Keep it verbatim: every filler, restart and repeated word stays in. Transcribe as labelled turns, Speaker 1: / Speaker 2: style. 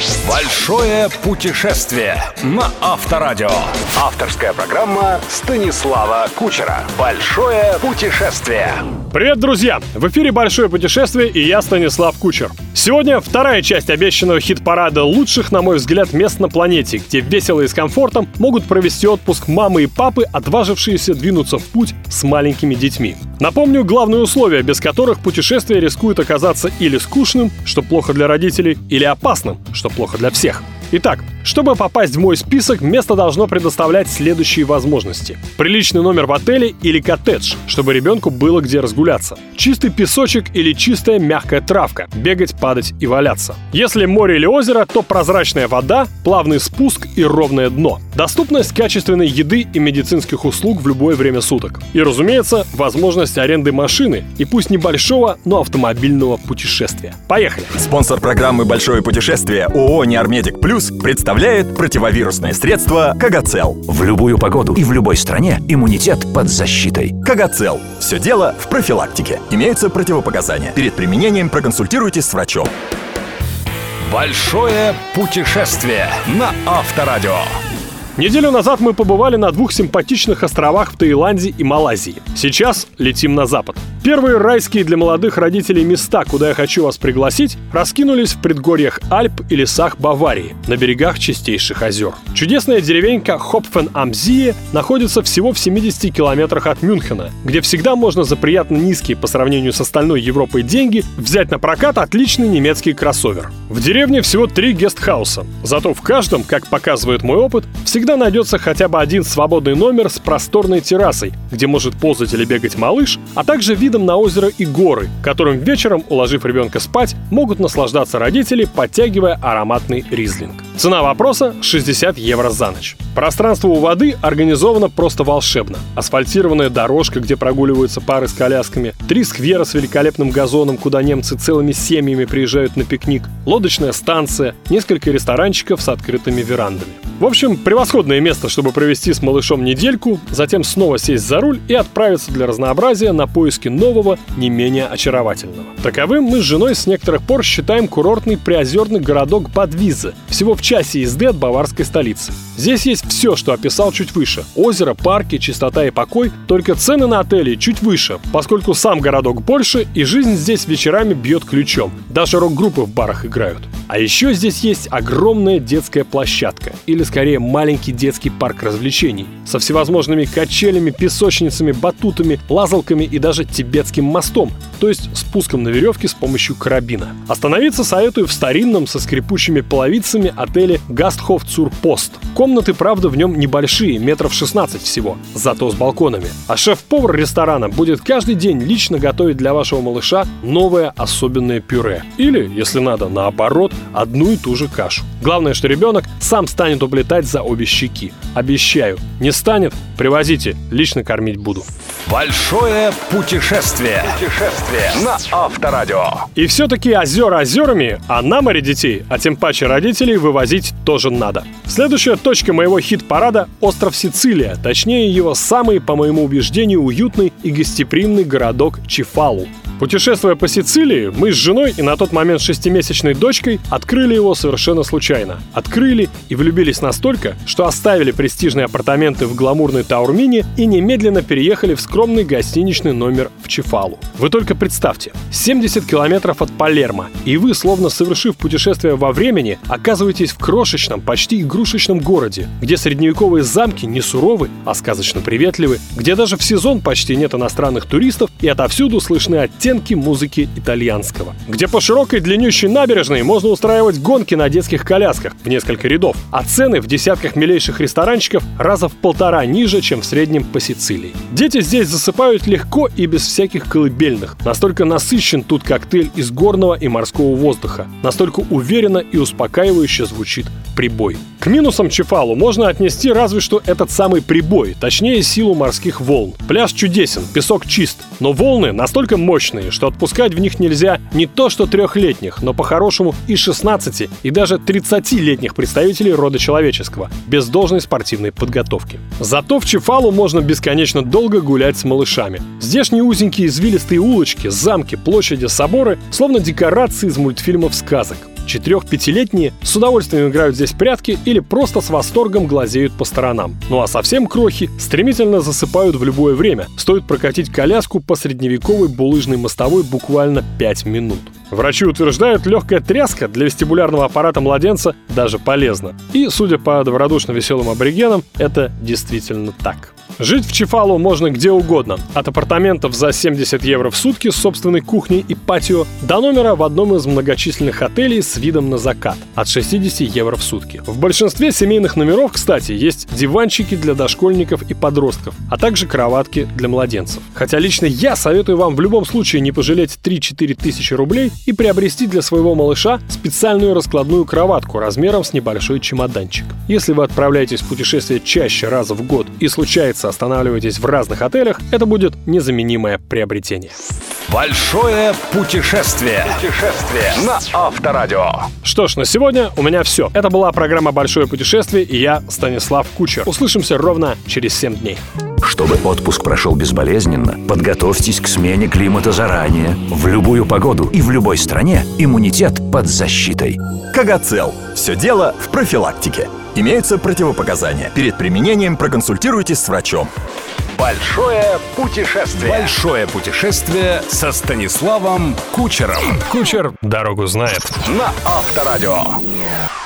Speaker 1: Большое путешествие на Авторадио. Авторская программа Станислава Кучера. Большое путешествие.
Speaker 2: Привет, друзья! В эфире «Большое путешествие» и я, Станислав Кучер. Сегодня вторая часть обещанного хит-парада лучших, на мой взгляд, мест на планете, где весело и с комфортом могут провести отпуск мамы и папы, отважившиеся двинуться в путь с маленькими детьми. Напомню главные условия, без которых путешествие рискует оказаться или скучным, что плохо для родителей, или опасным, что плохо для всех. Итак, чтобы попасть в мой список, место должно предоставлять следующие возможности. Приличный номер в отеле или коттедж, чтобы ребенку было где разгуляться. Чистый песочек или чистая мягкая травка, бегать, падать и валяться. Если море или озеро, то прозрачная вода, плавный спуск и ровное дно. Доступность качественной еды и медицинских услуг в любое время суток. И, разумеется, возможность аренды машины, и пусть небольшого, но автомобильного путешествия. Поехали!
Speaker 3: Спонсор программы «Большое путешествие» ООО «Неармедик Плюс» представляет противовирусное средство «Кагацел».
Speaker 4: В любую погоду и в любой стране иммунитет под защитой.
Speaker 3: «Кагацел». Все дело в профилактике. Имеются противопоказания. Перед применением проконсультируйтесь с врачом.
Speaker 1: Большое путешествие на Авторадио.
Speaker 2: Неделю назад мы побывали на двух симпатичных островах в Таиланде и Малайзии. Сейчас летим на запад. Первые райские для молодых родителей места, куда я хочу вас пригласить, раскинулись в предгорьях Альп и лесах Баварии, на берегах чистейших озер. Чудесная деревенька Хопфен-ам-Зие находится всего в семидесяти километрах от Мюнхена, где всегда можно за приятно низкие по сравнению с остальной Европой деньги взять на прокат отличный немецкий кроссовер. В деревне всего три гестхауса, зато в каждом, как показывает мой опыт, всегда найдется хотя бы один свободный номер с просторной террасой, где может ползать или бегать малыш, а также видом на озеро и горы, которым вечером, уложив ребенка спать, могут наслаждаться родители, подтягивая ароматный ризлинг. Цена вопроса – шестьдесят евро за ночь. Пространство у воды организовано просто волшебно. Асфальтированная дорожка, где прогуливаются пары с колясками, три сквера с великолепным газоном, куда немцы целыми семьями приезжают на пикник, лодочная станция, несколько ресторанчиков с открытыми верандами. В общем, превосходное место, чтобы провести с малышом недельку, затем снова сесть за руль и отправиться для разнообразия на поиски нового, не менее очаровательного. Таковым мы с женой с некоторых пор считаем курортный приозерный городок Бад Визе, всего в часе езды от баварской столицы. Здесь есть все, что описал чуть выше. Озеро, парки, чистота и покой, только цены на отели чуть выше, поскольку сам городок больше и жизнь здесь вечерами бьет ключом. Даже рок-группы в барах играют. А еще здесь есть огромная детская площадка, или скорее маленький детский парк развлечений, со всевозможными качелями, песочницами, батутами, лазалками и даже тибетским мостом, то есть спуском на веревке с помощью карабина. Остановиться советую в старинном со скрипучими половицами отеле Гастхоф цур Пост. Комнаты, правда, в нем небольшие, метров шестнадцать всего, зато с балконами. А шеф-повар ресторана будет каждый день лично готовить для вашего малыша новое особенное пюре. Или, если надо, наоборот, одну и ту же кашу. Главное, что ребенок сам станет уплетать за обе щеки. Обещаю, не станет, привозите, лично кормить буду.
Speaker 1: Большое путешествие. Путешествие на Авторадио.
Speaker 2: И все-таки озера озерами, а на море детей, а тем паче родителей, вывозить тоже надо. Следующая точка моего хит-парада – остров Сицилия, точнее его самый, по моему убеждению, уютный и гостеприимный городок Чефалу. Путешествуя по Сицилии, мы с женой и на тот момент шестимесячной дочкой открыли его совершенно случайно. Открыли и влюбились настолько, что оставили престижные апартаменты в гламурной Таурмине и немедленно переехали в скромный гостиничный номер в Чефалу. Вы только представьте, семьдесят километров от Палермо, и вы, словно совершив путешествие во времени, оказываетесь в крошечном, почти игрушечном городе, где средневековые замки не суровы, а сказочно приветливы, где даже в сезон почти нет иностранных туристов и отовсюду слышны оттенки музыки итальянского, где по широкой длиннющей набережной можно устраивать гонки на детских колясках в несколько рядов, а цены в десятках милейших ресторанчиков раза в полтора ниже, чем в среднем по Сицилии. Дети здесь засыпают легко и без всяких колыбельных. Настолько насыщен тут коктейль из горного и морского воздуха. Настолько уверенно и успокаивающе звучит прибой. К минусам Чефалу можно отнести разве что этот самый прибой, точнее силу морских волн. Пляж чудесен, песок чист, но волны настолько мощные, что отпускать в них нельзя не то что трехлетних, но по-хорошему и шестнадцати, и даже тридцатилетних представителей рода человеческого, без должной спортивной подготовки. Зато в Чефалу можно бесконечно долго гулять с малышами. Здешние узенькие извилистые улочки, замки, площади, соборы, словно декорации из мультфильмов сказок. четыре-пятилетние с удовольствием играют здесь в прятки или просто с восторгом глазеют по сторонам. Ну а совсем крохи стремительно засыпают в любое время. Стоит прокатить коляску по средневековой булыжной мостовой буквально пять минут. Врачи утверждают, легкая тряска для вестибулярного аппарата младенца даже полезна. И, судя по добродушно веселым аборигенам, это действительно так. Жить в Чефалу можно где угодно. От апартаментов за семьдесят евро в сутки с собственной кухней и патио до номера в одном из многочисленных отелей с видом на закат от шестьдесят евро в сутки. В большинстве семейных номеров, кстати, есть диванчики для дошкольников и подростков, а также кроватки для младенцев. Хотя лично я советую вам в любом случае не пожалеть три-четыре тысячи рублей и приобрести для своего малыша специальную раскладную кроватку размером с небольшой чемоданчик. Если вы отправляетесь в путешествие чаще раза в год и случается останавливаетесь в разных отелях, это будет незаменимое приобретение.
Speaker 1: Большое путешествие. Путешествие на Авторадио.
Speaker 2: Что ж, на сегодня у меня все. Это была программа «Большое путешествие», и я, Станислав Кучер. Услышимся ровно через семь дней.
Speaker 4: Чтобы отпуск прошел безболезненно, подготовьтесь к смене климата заранее. В любую погоду и в любой стране иммунитет под защитой.
Speaker 3: Кагацел. Все дело в профилактике. Имеются противопоказания. Перед применением проконсультируйтесь с врачом.
Speaker 1: Большое путешествие. Большое путешествие со Станиславом Кучером.
Speaker 2: Кучер дорогу знает.
Speaker 1: На Авторадио.